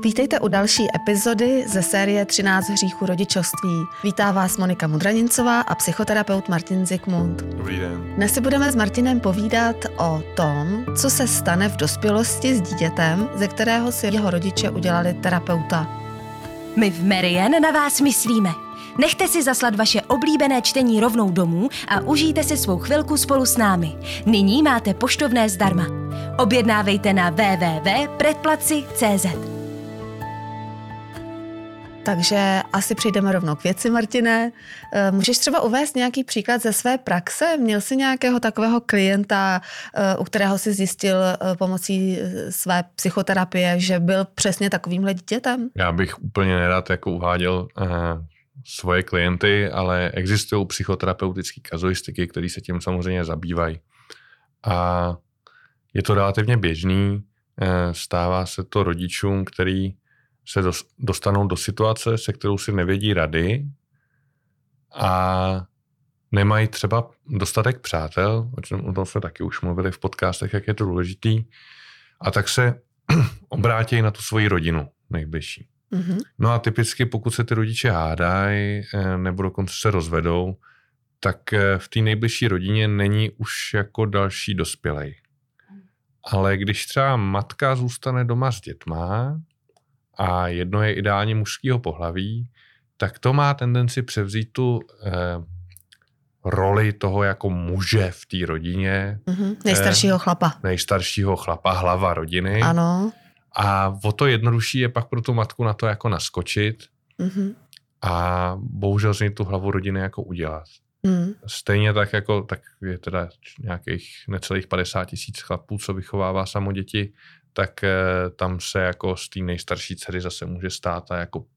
Vítejte u další epizody ze série 13 hříchů rodičovství. Vítá vás Monika Mudranincová a psychoterapeut Martin Zikmund. Dobrý den. Dnes si budeme s Martinem povídat o tom, co se stane v dospělosti s dítětem, ze kterého si jeho rodiče udělali terapeuta. My v Merian na vás myslíme. Nechte si zaslat vaše oblíbené čtení rovnou domů a užijte si svou chvilku spolu s námi. Nyní máte poštovné zdarma. Objednávejte na www.predplaci.cz. Takže asi přejdeme rovnou k věci, Martine. Můžeš třeba uvést nějaký příklad ze své praxe? Měl jsi nějakého takového klienta, u kterého jsi zjistil pomocí své psychoterapie, že byl přesně takovýmhle dítětem? Já bych úplně nerad uváděl svoje klienty, ale existují psychoterapeutické kazuistiky, které se tím samozřejmě zabývají. A je to relativně běžný. Stává se to rodičům, který se dostanou do situace, se kterou si nevědí rady a nemají třeba dostatek přátel, o tom jsme taky už mluvili v podcastech, jak je to důležitý, a tak se obrátí na tu svoji rodinu nejbližší. Mm-hmm. No a typicky, pokud se ty rodiče hádají nebo dokonce se rozvedou, tak v té nejbližší rodině není už jako další dospělej. Ale když třeba matka zůstane doma s dětma a jedno je ideálně mužského pohlaví, tak to má tendenci převzít tu roli toho jako muže v té rodině. Mm-hmm. Nejstaršího chlapa, hlava rodiny. Ano. A o to jednodušší je pak pro tu matku na to jako naskočit a bohužel z něj tu hlavu rodiny jako udělat. Stejně tak je teda nějakých necelých 50 000 chlapů, co vychovává samo děti, tak tam se jako z té nejstarší dcery zase může stát a jako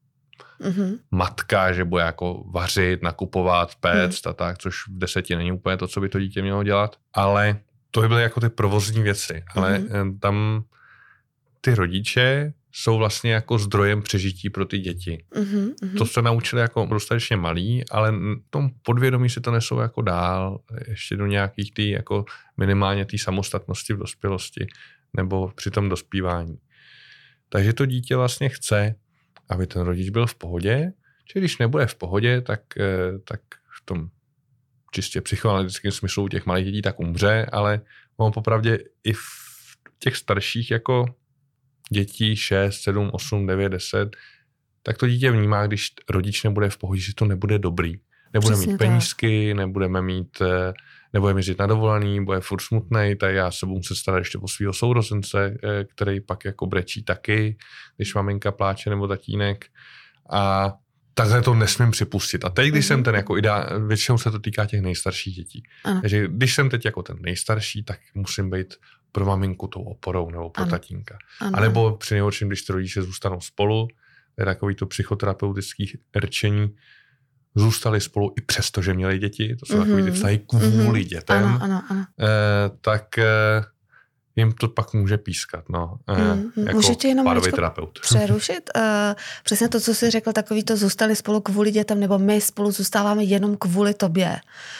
matka, že bude jako vařit, nakupovat, péct a tak, což v 10 není úplně to, co by to dítě mělo dělat. Ale to by byly jako ty provozní věci. Ale tam ty rodiče jsou vlastně jako zdrojem přežití pro ty děti. To se naučili jako dostatečně malí, ale v tom podvědomí si to nesou jako dál, ještě do nějakých tý jako minimálně té samostatnosti v dospělosti nebo při tom dospívání. Takže to dítě vlastně chce, aby ten rodič byl v pohodě, či když nebude v pohodě, tak v tom čistě psychoanalytickém smyslu u těch malých dětí tak umře, ale on popravdě i v těch starších jako dětí 6, 7, 8, 9, 10, tak to dítě vnímá, když rodič nebude v pohodě, že to nebude dobrý. Nebude mít penízky, nebudeme mít žít na dovolený, bude furt smutnej, tak já se budu muset starat ještě o svého sourozence, který pak jako brečí taky, když maminka pláče nebo tatínek. A takhle to nesmím připustit. A teď, když jsem ten jako většinou se to týká těch nejstarších dětí. Ano. Takže když jsem teď jako ten nejstarší, tak musím být pro maminku tou oporou nebo pro tatínka. Ano. A nebo při nejhorším, když ty rodiče zůstanou spolu, je takový to psychoterapeutický rčení, zůstali spolu i přesto, že měli děti, to jsou takový ty vztahy kvůli dětem, tak jim to pak může pískat, jako můžete jenom párový terapeut. Přerušit? Přesně to, co jsi řekl, takový to zůstali spolu kvůli dětem, nebo my spolu zůstáváme jenom kvůli tobě.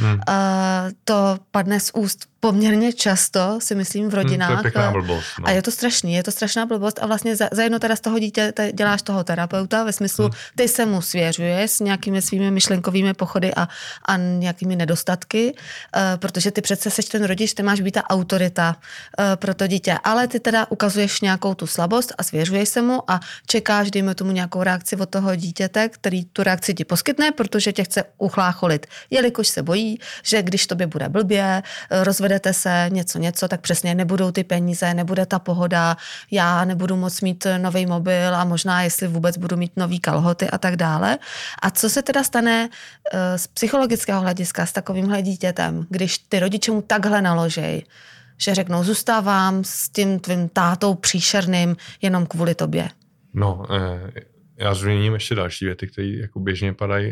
To padne z úst poměrně často, si myslím, v rodinách. To je pěkná blbost. A je to strašná blbost a vlastně zajedno teda z toho dítě děláš toho terapeuta ve smyslu, ty se mu svěřuješ s nějakými svými myšlenkovými pochody a nějakými nedostatky, protože ty přece seš ten rodič, ty máš být ta autorita pro to dítě, ale ty teda ukazuješ nějakou tu slabost a svěřuješ se mu a čekáš, dejme tomu nějakou reakci od toho dítěte, který tu reakci ti poskytne, protože tě chce uchlácholit, jelikož se bojí, že když tobě bude blbě, rozvedete se něco, tak přesně nebudou ty peníze, nebude ta pohoda, já nebudu moct mít nový mobil a možná jestli vůbec budu mít nový kalhoty a tak dále. A co se teda stane z psychologického hlediska s takovýmhle dítětem, když ty rodiče mu takhle naložej, že řeknou, zůstávám s tím tvým tátou příšerným jenom kvůli tobě? No, já zmíním ještě další věty, které jako běžně padají,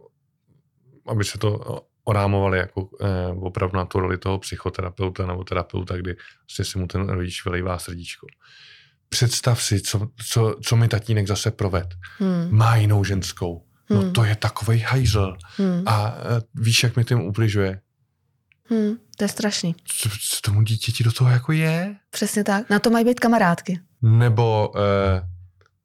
aby se to orámovali jako opravdu na tu roli toho psychoterapeuta nebo terapeuta, kdy vlastně si mu ten rodič vylejvá srdíčko. Představ si, co mi tatínek zase proved. Má jinou ženskou. No to je takovej hajzl. A víš, jak mi tím ubližuje. To je strašný. Co tomu dítěti do toho jako je? Přesně tak. Na to mají být kamarádky. Nebo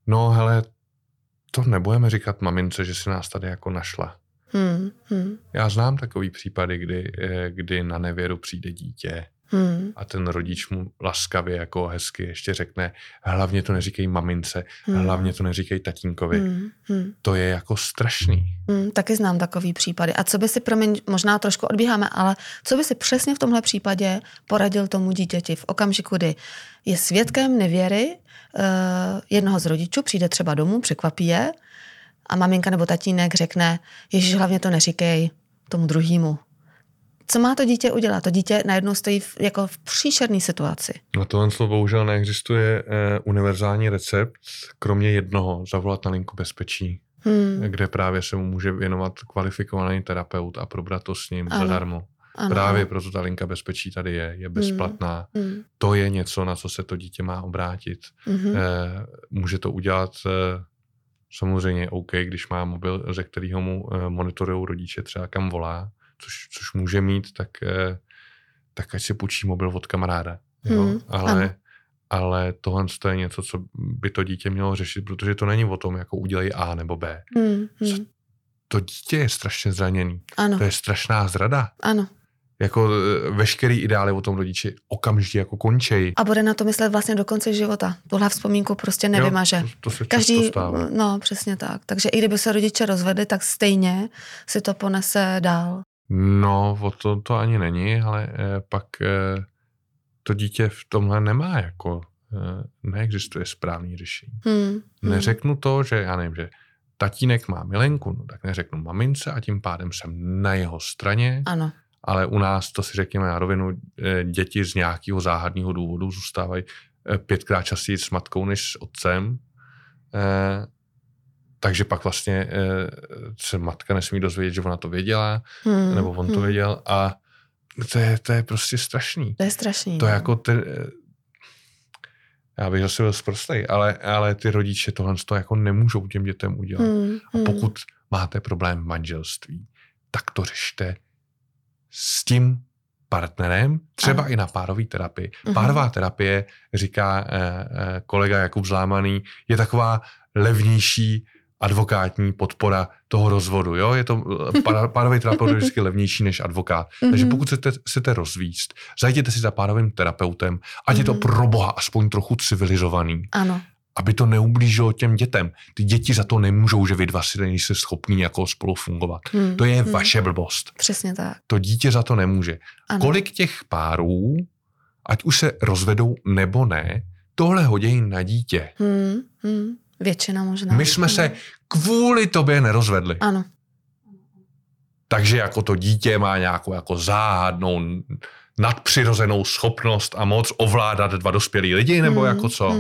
No hele, to nebudeme říkat mamince, že si nás tady jako našla. Já znám takový případy, kdy na nevěru přijde dítě a ten rodič mu laskavě jako hezky ještě řekne, hlavně to neříkej mamince, hlavně to neříkej tatínkovi. To je jako strašný. Taky znám takový případy. A co by si, promiň, možná trošku odbíháme, ale co by si přesně v tomhle případě poradil tomu dítěti v okamžiku, kdy je svědkem nevěry jednoho z rodičů, přijde třeba domů, překvapí je a maminka nebo tatínek řekne, Ježíš, hlavně to neříkej tomu druhému. Co má to dítě udělat? To dítě najednou stojí jako v příšerné situaci. Na tohle slovo bohužel neexistuje univerzální recept, kromě jednoho, zavolat na linku bezpečí, kde právě se mu může věnovat kvalifikovaný terapeut a probrat to s ním zadarmo. Právě proto ta linka bezpečí tady je bezplatná. To je něco, na co se to dítě má obrátit. Může to udělat samozřejmě OK, když má mobil, ze kterého mu monitorují rodiče, třeba kam volá, což může mít, tak ať si půjčí mobil od kamaráda. Jo? Ale tohle je něco, co by to dítě mělo řešit, protože to není o tom, jako udělej A nebo B. To dítě je strašně zraněný. Ano. To je strašná zrada. Ano. Jako veškerý ideály o tom rodiči okamžitě jako končejí. A bude na to myslet vlastně do konce života. Tuhle vzpomínku prostě nevymaže. Jo, to se často stává. No, přesně tak. Takže i kdyby se rodiče rozvedli, tak stejně si to ponese dál. No, o to ani není, ale pak to dítě v tomhle nemá jako, neexistuje správný řešení. Neřeknu to, že já nevím, že tatínek má milenku, no tak neřeknu mamince a tím pádem jsem na jeho straně. Ano. Ale u nás, to si řekněme na rovinu, děti z nějakého záhadného důvodu zůstávají 5krát častěji s matkou než s otcem. Takže pak vlastně se matka nesmí dozvědět, že ona to věděla, nebo on to věděl a to je prostě strašný. To je strašný. To je jako já bych zase byl sprostej, ale ty rodiče tohle jako nemůžou těm dětem udělat. A pokud máte problém v manželství, tak to řešte s tím partnerem, třeba i na párové terapii. Párová terapie, říká kolega Jakub Zlámaný, je taková levnější advokátní podpora toho rozvodu. Jo? Je to párový terapeut je vždycky levnější než advokát. Takže pokud chcete rozvíst, zajděte si za párovým terapeutem, ať je to pro boha aspoň trochu civilizovaný. Ano. Aby to neublížilo těm dětem. Ty děti za to nemůžou, že vy dva si nejste schopní jako spolu fungovat. To je vaše blbost. Přesně tak. To dítě za to nemůže. Ano. Kolik těch párů, ať už se rozvedou nebo ne, tohle hodějí na dítě. Většina možná. My jsme se kvůli tobě nerozvedli. Ano. Takže jako to dítě má nějakou jako záhadnou nadpřirozenou schopnost a moc ovládat dva dospělí lidi, nebo jako co?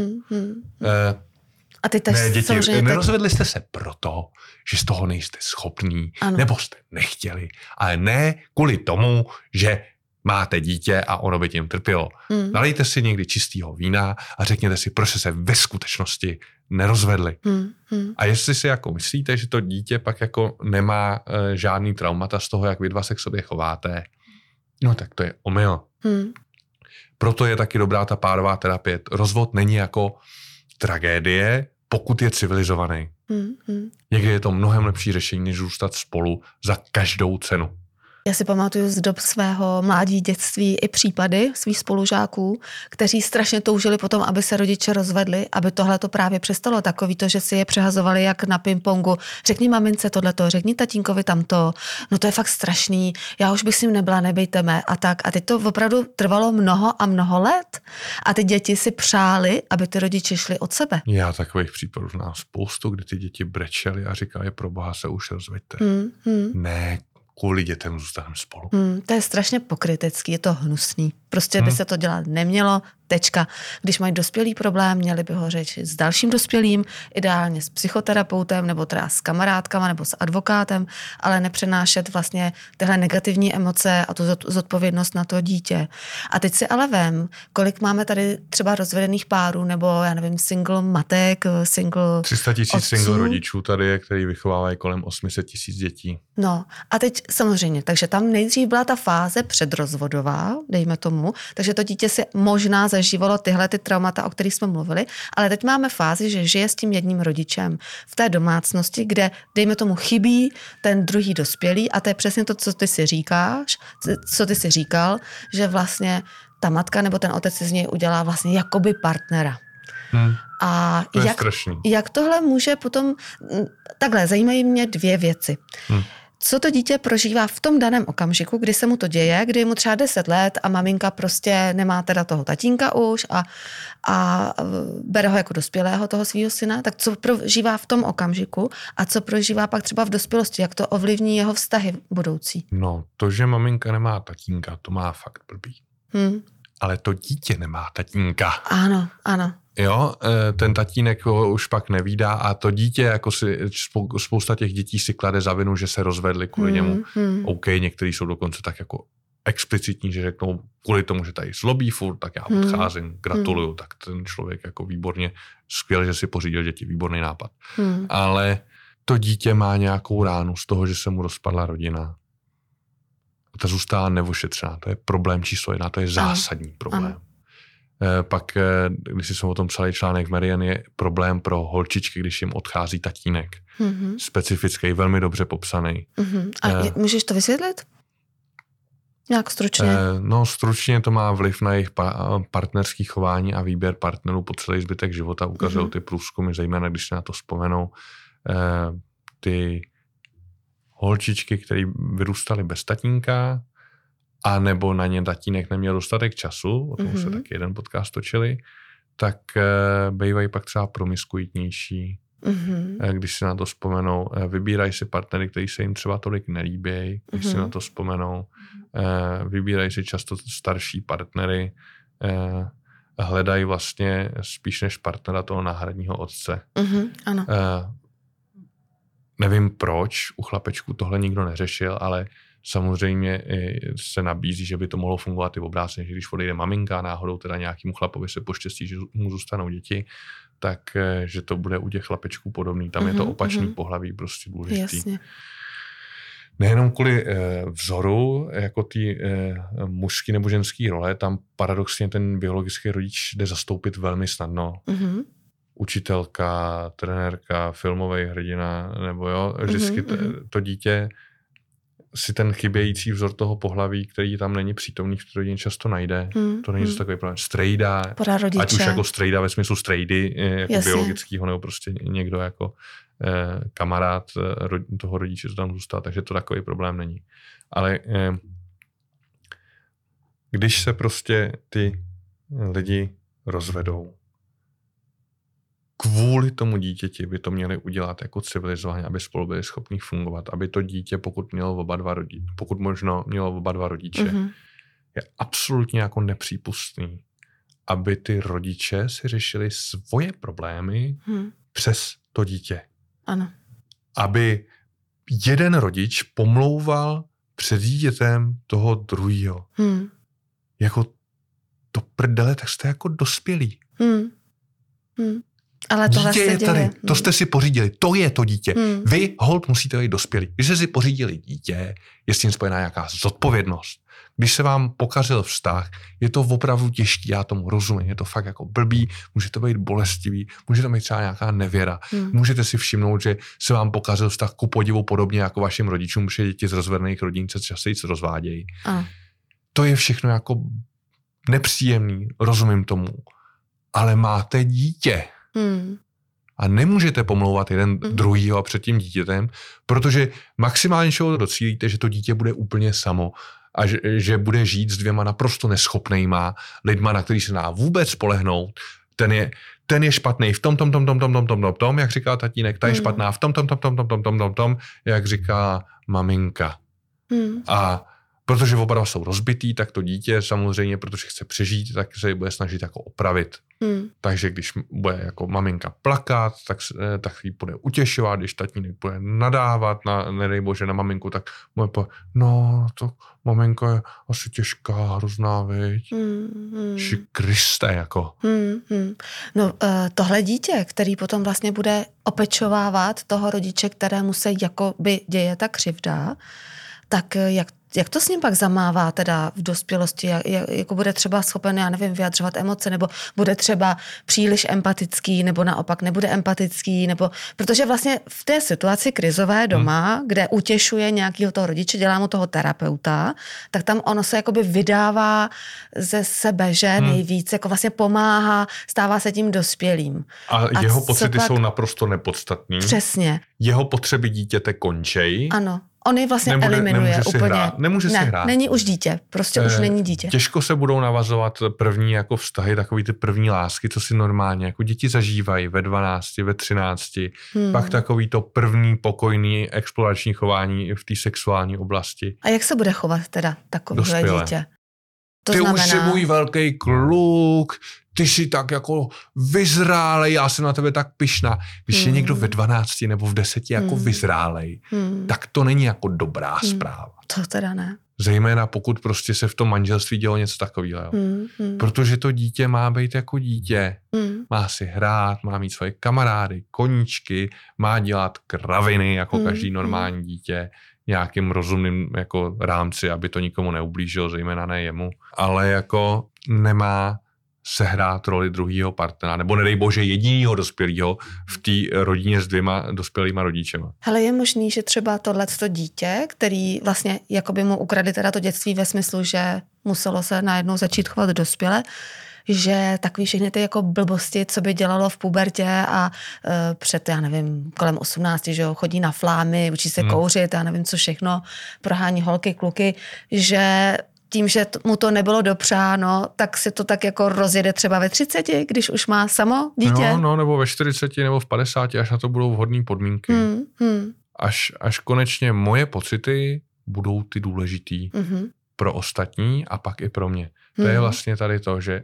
A ty ne, děti, nerozvedli jste se proto, že z toho nejste schopní, nebo jste nechtěli, ale ne kvůli tomu, že máte dítě a ono by tím trpělo. Nalejte si někdy čistýho vína a řekněte si, proč se ve skutečnosti nerozvedli. A jestli si jako myslíte, že to dítě pak jako nemá žádný traumata z toho, jak vy dva se k sobě chováte, no tak to je omyl. Proto je taky dobrá ta párová terapie. Rozvod není jako tragédie, pokud je civilizovaný. Někdy je to mnohem lepší řešení, než zůstat spolu za každou cenu. Já si pamatuju z dob svého mládí, dětství i případy svých spolužáků, kteří strašně toužili potom, aby se rodiče rozvedli, aby tohle to právě přestalo. Takový to, že si je přehazovali jak na pingpongu. Řekni mamince tohleto, řekni tatínkovi tamto. No to je fakt strašný. Já už bych s ním nebyla, nebejte mé. A tak. A teď to opravdu trvalo mnoho a mnoho let. A ty děti si přáli, aby ty rodiče šli od sebe. Já takových případů znám spoustu, kdy ty děti brečely a říkali, pro boha se už rozveďte. Ne, kvůli dětem zůstaneme spolu. To je strašně pokrytecký, je to hnusný. Prostě by se to dělat nemělo, tečka. Když mají dospělý problém, měli by ho řešit s dalším dospělým, ideálně s psychoterapeutem, nebo teda s kamarádkama, nebo s advokátem, ale nepřenášet vlastně tyhle negativní emoce a tu zodpovědnost na to dítě. A teď si ale vem, kolik máme tady třeba rozvedených párů, nebo já nevím, single matek, single 300 000 single rodičů tady je, který vychovávají kolem 800 000 dětí. No a teď samozřejmě, takže tam nejdřív byla ta fáze předrozvodová, dejme tomu, takže to dítě si možná zažívalo tyhle ty traumata, o kterých jsme mluvili, ale teď máme fázi, že žije s tím jedním rodičem v té domácnosti, kde, dejme tomu, chybí ten druhý dospělý a to je přesně to, co ty si říkáš, co ty si říkal, že vlastně ta matka nebo ten otec si z něj udělá vlastně jakoby partnera. A to je strašný. Jak tohle může potom, takhle, zajímají mě dvě věci. Co to dítě prožívá v tom daném okamžiku, kdy se mu to děje, kdy je mu třeba 10 let a maminka prostě nemá teda toho tatínka už a bere ho jako dospělého, toho svýho syna, tak co prožívá v tom okamžiku a co prožívá pak třeba v dospělosti, jak to ovlivní jeho vztahy budoucí? No, to, že maminka nemá tatínka, to má fakt blbý. Ale to dítě nemá tatínka. Ano, ano. Jo, ten tatínek ho už pak nevídá a to dítě, jako si spousta těch dětí si klade za vinu, že se rozvedli kvůli němu. OK, někteří jsou dokonce tak jako explicitní, že řeknou kvůli tomu, že tady zlobí furt, tak já odcházím, gratuluju, tak ten člověk jako výborně, skvěle, že si pořídil děti, výborný nápad. Ale to dítě má nějakou ránu z toho, že se mu rozpadla rodina. Ta zůstala neošetřená. To je problém číslo 1, to je zásadní problém. Ano. Pak, když jsme o tom psali článek v Merian, je problém pro holčičky, když jim odchází tatínek. Specifický, velmi dobře popsaný. A můžeš to vysvětlit? Nějak stručně? No, stručně to má vliv na jejich partnerský chování a výběr partnerů po celý zbytek života. Ukazují ty průzkumy, zejména když se na to vzpomenou. Ty holčičky, které vyrůstaly bez tatínka, a nebo na ně tatínek neměl dostatek času, o tom se taky jeden podcast točili, tak bývají pak třeba promiskuitnější. Když si na to vzpomenou, vybírají si partnery, kteří se jim třeba tolik nelíbí, když si na to vzpomenou, vybírají si často starší partnery, hledají vlastně spíš než partnera toho náhradního otce. Ano. Nevím proč, u chlapečku tohle nikdo neřešil, ale samozřejmě se nabízí, že by to mohlo fungovat i obráceně, že když odejde maminka, náhodou teda nějakému chlapovi se poštěstí, že mu zůstanou děti, tak že to bude u těch chlapečků podobný. Tam je to opačný pohlaví prostě důležitý. Jasně. Nejenom kvůli vzoru, jako ty mužský nebo ženský role, tam paradoxně ten biologický rodič jde zastoupit velmi snadno. Učitelka, trenérka, filmový hrdina, nebo jo, vždycky to dítě si ten chybějící vzor toho pohlaví, který tam není přítomný v té rodině, často najde. To není zase takový problém. Strejda, ať už jako strejda ve smyslu strejdy, jako biologického, nebo prostě někdo jako kamarád toho rodiče, co tam zůstal, takže to takový problém není. Ale když se prostě ty lidi rozvedou, kvůli tomu dítěti by to měli udělat jako civilizovaně, aby spolu byli schopni fungovat, aby to dítě, pokud možno mělo oba dva rodiče, je absolutně jako nepřípustný, aby ty rodiče si řešili svoje problémy přes to dítě. Ano. Aby jeden rodič pomlouval před dítětem toho druhýho. Jako to prdele, tak jste jako dospělí. Ale dítě je tady, to jste si pořídili, to je to dítě. Vy, holt, musíte být dospělí. Když jste si pořídili dítě, je s tím spojená nějaká zodpovědnost. Když se vám pokazil vztah, je to opravdu těžký, já tomu rozumím, je to fakt jako blbý, může to být bolestivý, může to být třeba nějaká nevěra. Můžete si všimnout, že se vám pokazil vztah ku podivu podobně jako vašim rodičům, protože děti z rozvedených rodin se častěji rozvádějí. To je všechno jako nepříjemný, rozumím tomu. Ale máte dítě. A nemůžete pomlouvat jeden druhýho a před tím dítětem, protože maximálně čeho docílíte, že to dítě bude úplně samo a že bude žít s dvěma naprosto neschopnejma lidma, na který se dá vůbec spolehnout. Ten je špatný v tom, jak říká tatínek, ta je špatná v tom, jak říká maminka. A protože oba jsou rozbitý, tak to dítě samozřejmě, protože chce přežít, tak se bude snažit jako opravit. Takže když bude jako maminka plakat, tak ji bude utěšovat, když tatínek bude nadávat, nedej bože, na maminku, tak bude no, to maminka je asi těžká, hrozná, viď? Kriste, jako. No, tohle dítě, který potom vlastně bude opečovávat toho rodiče, kterému se jakoby děje ta křivda, tak jak to s ním pak zamává teda v dospělosti? Jako bude třeba schopen, já nevím, vyjadřovat emoce, nebo bude třeba příliš empatický, nebo naopak nebude empatický, nebo protože vlastně v té situaci krizové doma, kde utěšuje nějakého toho rodiče, dělá mu toho terapeuta, tak tam ono se jakoby vydává ze sebe, že nejvíc, jako vlastně pomáhá, stává se tím dospělým. A jeho pocity jsou naprosto nepodstatný. Přesně. Jeho potřeby dítěte končejí. Ano. On ji vlastně eliminuje úplně. Nemůže si hrát. Není už dítě. Prostě už není dítě. Těžko se budou navazovat první jako vztahy, takový ty první lásky, co si normálně jako děti zažívají ve 12, ve 13. Pak takový to první pokojný explorační chování v té sexuální oblasti. A jak se bude chovat teda takovýhle dítě? Ty už jsi můj velký kluk, ty jsi tak jako vyzrálej, já jsem na tebe tak pyšná. Když je někdo ve 12 nebo v 10 jako vyzrálej, tak to není jako dobrá zpráva. To teda ne. Zejména pokud prostě se v tom manželství dělo něco takového. Protože to dítě má být jako dítě. Má si hrát, má mít svoje kamarády, koníčky, má dělat kraviny jako každý normální dítě. Nějakým rozumným jako rámci, aby to nikomu neublížilo, zejména ne jemu. Ale jako nemá sehrát roli druhého partnera, nebo nedej bože jedinýho dospělého v té rodině s 2 dospělýma rodičema. Hele, je možný, že třeba tohleto dítě, který vlastně jakoby mu ukradli teda to dětství ve smyslu, že muselo se najednou začít chovat dospěle, že takový všechny ty jako blbosti, co by dělalo v pubertě a před, já nevím, kolem 18, že jo, chodí na flámy, učí se kouřit, já nevím, co všechno, prohání holky, kluky, že tím, že mu to nebylo dopřáno, tak se to tak jako rozjede třeba ve 30, když už má samo dítě. No, nebo ve 40 nebo v 50, až na to budou vhodné podmínky. Až konečně moje pocity budou ty důležitý pro ostatní a pak i pro mě. To je vlastně tady to, že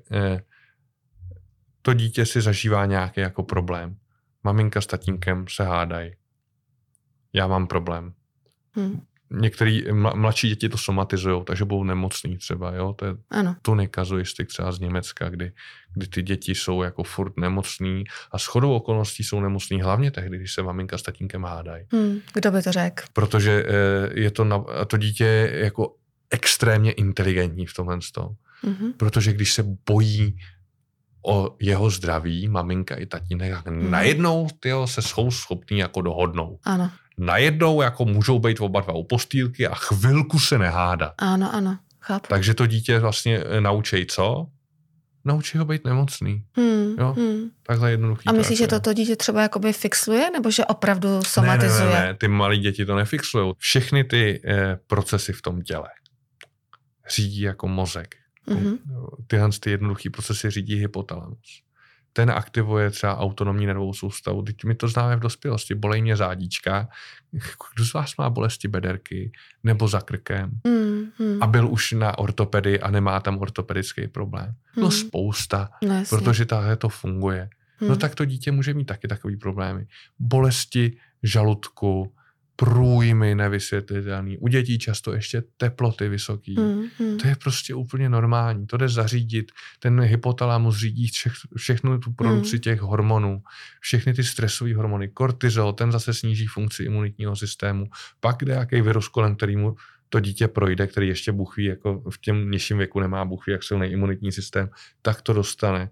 to dítě si zažívá nějaký jako problém. Maminka s tatínkem se hádají. Já mám problém. Některý mladší děti to somatizujou, takže budou nemocný třeba, jo. To je tuny kazuistik třeba z Německa, kdy ty děti jsou jako furt nemocný a shodou okolností jsou nemocný hlavně tehdy, když se maminka s tatínkem hádají. Kdo by to řekl? Protože je to dítě je jako extrémně inteligentní v tomhle stavu. Protože když se bojí o jeho zdraví, maminka i tatínek, najednou se jsou schopní jako dohodnou. Ano. Najednou jako můžou být oba dva u postýlky a chvilku se nehádat. Ano, chápu. Takže to dítě vlastně naučí co? Naučí ho být nemocný. Jo? Takhle jednoduchý. A myslíš, že to dítě třeba jakoby fixluje, nebo že opravdu somatizuje? Ne, ty malí děti to nefixují. Všechny ty procesy v tom těle řídí jako mozek. Tyhle ty jednoduchý procesy řídí hypotalamus. Ten aktivuje třeba autonomní nervovou soustavu. Teď my to známe v dospělosti. Bolej mě zádíčka. Kdo z vás má bolesti bederky nebo za krkem? A byl už na ortopedii a nemá tam ortopedický problém. No spousta, protože takhle to funguje. No tak to dítě může mít taky takový problémy. Bolesti žaludku, průjmy nevysvětlitelný. U dětí často ještě teploty vysoký. To je prostě úplně normální. To jde zařídit. Ten hypotalamus řídí všechnu tu produkci těch hormonů. Všechny ty stresové hormony. Kortizol, ten zase sníží funkci imunitního systému. Pak jde nějaký virus, kolem kterému to dítě projde, který ještě Bůh ví, jako v těm nižším věku nemá Bůh ví, jak silný imunitní systém, tak to dostane.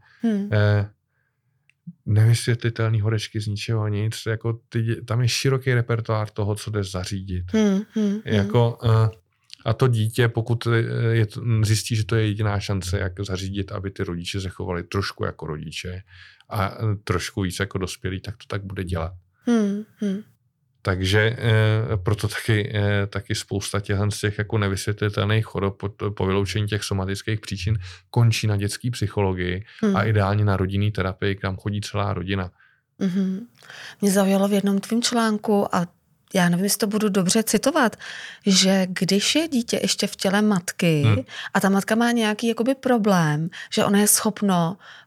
Nevysvětlitelný horečky z ničeho nic, jako tam je široký repertoár toho, co jde zařídit. A to dítě, pokud zjistí, že to je jediná šance, jak zařídit, aby ty rodiče se chovali trošku jako rodiče a trošku víc jako dospělí, tak to tak bude dělat. Takže proto taky spousta těch jako nevysvětlitelných chorob po vyloučení těch somatických příčin končí na dětské psychologii a ideálně na rodinný terapii, kam chodí celá rodina. Mě zaujalo v jednom tvým článku a já nevím, jestli to budu dobře citovat, že když je dítě ještě v těle matky a ta matka má nějaký jakoby problém, že ona je schopno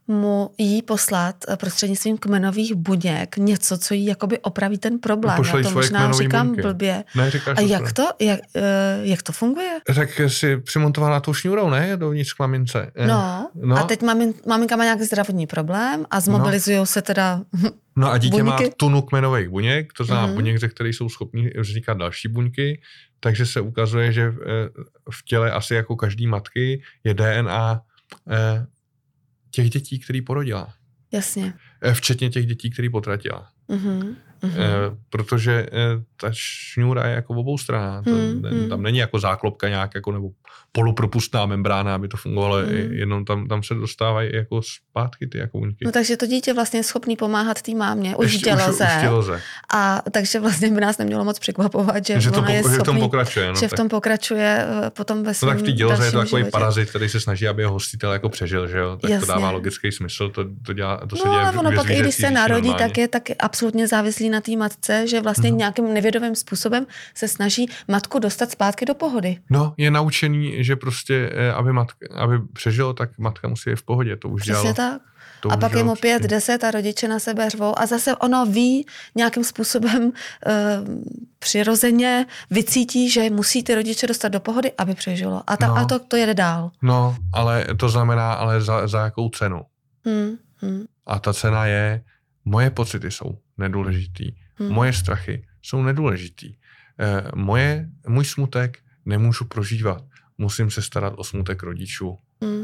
jí poslat prostřednictvím kmenových buněk něco, co jí jakoby opraví ten problém. Pošlej já to možná říkám buňky. Blbě. Ne, říkáš a jak to funguje? Tak si přimontovala tou šňůrou, ne? Dovnitř klamince. No. A teď maminka má nějaký zdravotní problém a zmobilizujou se teda No a dítě buňky. má tunu kmenových buněk, to znamená buněk, ze kterých jsou schopní vznikat další buňky, takže se ukazuje, že v těle asi jako každý matky je DNA těch dětí, který porodila. Jasně. Včetně těch dětí, který potratila. Protože ta šňůra je jako oboustranná. Tam není jako záklopka nějak jako nebo polupropustná membrána, aby to fungovalo, jenom tam se dostávají jako zpátky ty jako buňky. No takže to dítě vlastně je schopný pomáhat té mámě už v děloze. A takže vlastně by nás nemělo moc překvapovat, že ona je schopný, že v tom pokračuje. No, že v tom pokračuje potom ve svém tak v té děloze je to takový životě. parazit, který se snaží, aby jeho hostitel jako přežil, že jo? Tak Jasně. to dává logický smysl, to se děje ale ono pak, i když se narodí, normálně. tak je taky absolutně závislý na té matce, že vlastně nějakým nevědomým způsobem se snaží matku dostat zpátky do pohody. No, je naučený, že prostě, aby přežilo, tak matka musí je v pohodě, to už Přesně dělalo. tak. A pak je mu 5-10 a rodiče na sebe řvou a zase ono ví nějakým způsobem přirozeně vycítí, že musí ty rodiče dostat do pohody, aby přežilo. A to jede dál. No, ale to znamená, za jakou cenu. A ta cena je, moje pocity jsou nedůležitý, moje strachy jsou nedůležitý. Můj smutek nemůžu prožívat, musím se starat o smutek rodičů.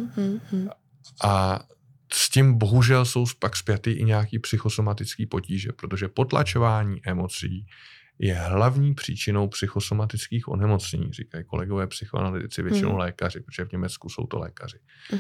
A s tím bohužel jsou pak spjatý i nějaký psychosomatický potíže, protože potlačování emocí je hlavní příčinou psychosomatických onemocnění, říkají kolegové psychoanalytici, většinou lékaři, protože v Německu jsou to lékaři.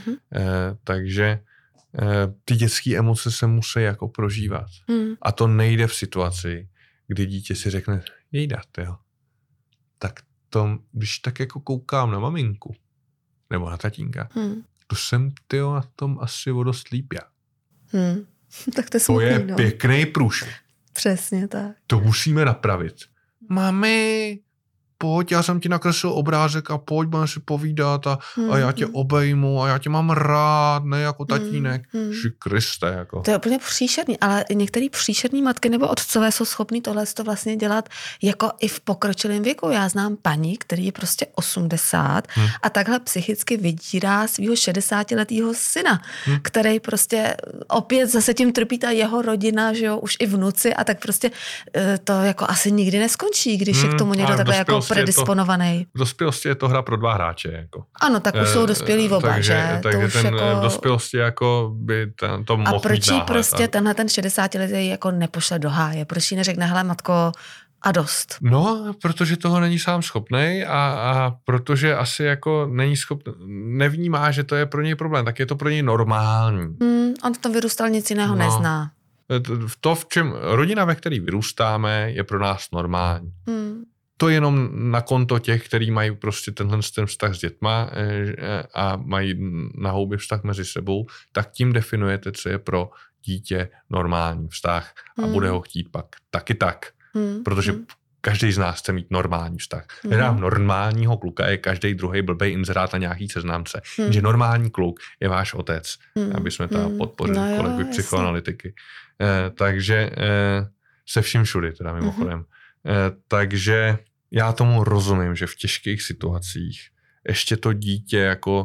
Takže ty dětské emoce se musí jako prožívat. A to nejde v situaci, kdy dítě si řekne, jejda, tyjo, tak to, když tak jako koukám na maminku, nebo na tatínka, to jsem, tyjo, na tom asi o dost líp já. Tak to je smutný, to je pěkný průšvih. Přesně tak. To musíme napravit. Mami, pojď, já jsem ti nakreslil obrázek a pojď, budeme si povídat a já tě obejmu a já tě mám rád, ne jako tatínek. Ži Kriste, jako. To je úplně příšerný, ale některé příšerný matky nebo otcové jsou schopní tohle to vlastně dělat jako i v pokročilém věku. Já znám paní, který je prostě 80 a takhle psychicky vydírá svého 60letého syna, který prostě opět zase tím trpí ta jeho rodina, že jo, už i vnuci a tak prostě to jako asi nikdy neskončí, když je k tomu někdo takhle jako predisponovaný. V dospělosti je to hra pro 2 hráče. Jako. Ano, tak už jsou dospělí oba, že? Takže to ten jako... v dospělosti jako by to mohl A proč mít náhled. prostě tenhle ten 60letý jako nepošle do háje? Proč jí neřekne, hele matko, a dost? No, protože toho není sám schopnej a protože asi jako není schopný, nevnímá, že to je pro něj problém, tak je to pro něj normální. On to vyrůstal, nic jiného nezná. V čem rodina, ve které vyrůstáme, je pro nás normální. To jenom na konto těch, kteří mají prostě ten vztah s dětma a mají na houby vztah mezi sebou, tak tím definujete, co je pro dítě normální vztah a bude ho chtít pak taky tak. Protože každý z nás chce mít normální vztah. Normálního kluka je každý druhý blbej inzerát na nějaký seznamce. Že normální kluk je váš otec, aby jsme tam podpořili kolegy psychoanalytiky. Takže se vším všudy, teda mimochodem. Takže já tomu rozumím, že v těžkých situacích ještě to dítě jako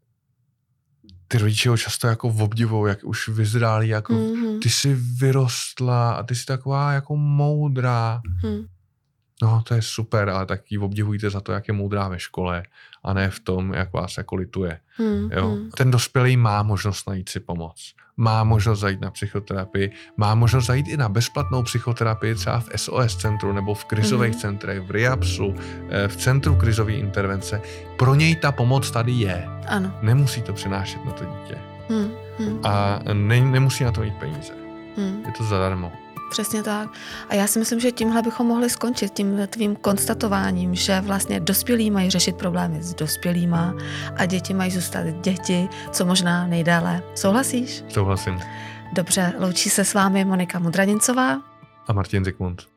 ty rodiče ho často jako obdivou, jak už vyzrálí, jako ty jsi vyrostla a ty jsi taková jako moudrá. No, to je super, ale tak ji obdivujte za to, jak je moudrá ve škole a ne v tom, jak vás jako lituje. Jo? Ten dospělý má možnost najít si pomoc. Má možnost zajít na psychoterapii, má možnost zajít i na bezplatnou psychoterapii třeba v SOS centru nebo v krizových centrech, v RIAPSu, v centru krizové intervence. Pro něj ta pomoc tady je. Ano. Nemusí to přinášet na to dítě. A nemusí na to mít peníze. Je to zadarmo. Přesně tak. A já si myslím, že tímhle bychom mohli skončit tím tvým konstatováním, že vlastně dospělí mají řešit problémy s dospělýma a děti mají zůstat děti, co možná nejdéle. Souhlasíš? Souhlasím. Dobře, loučí se s vámi Monika Mudranincová a Martin Zikmund.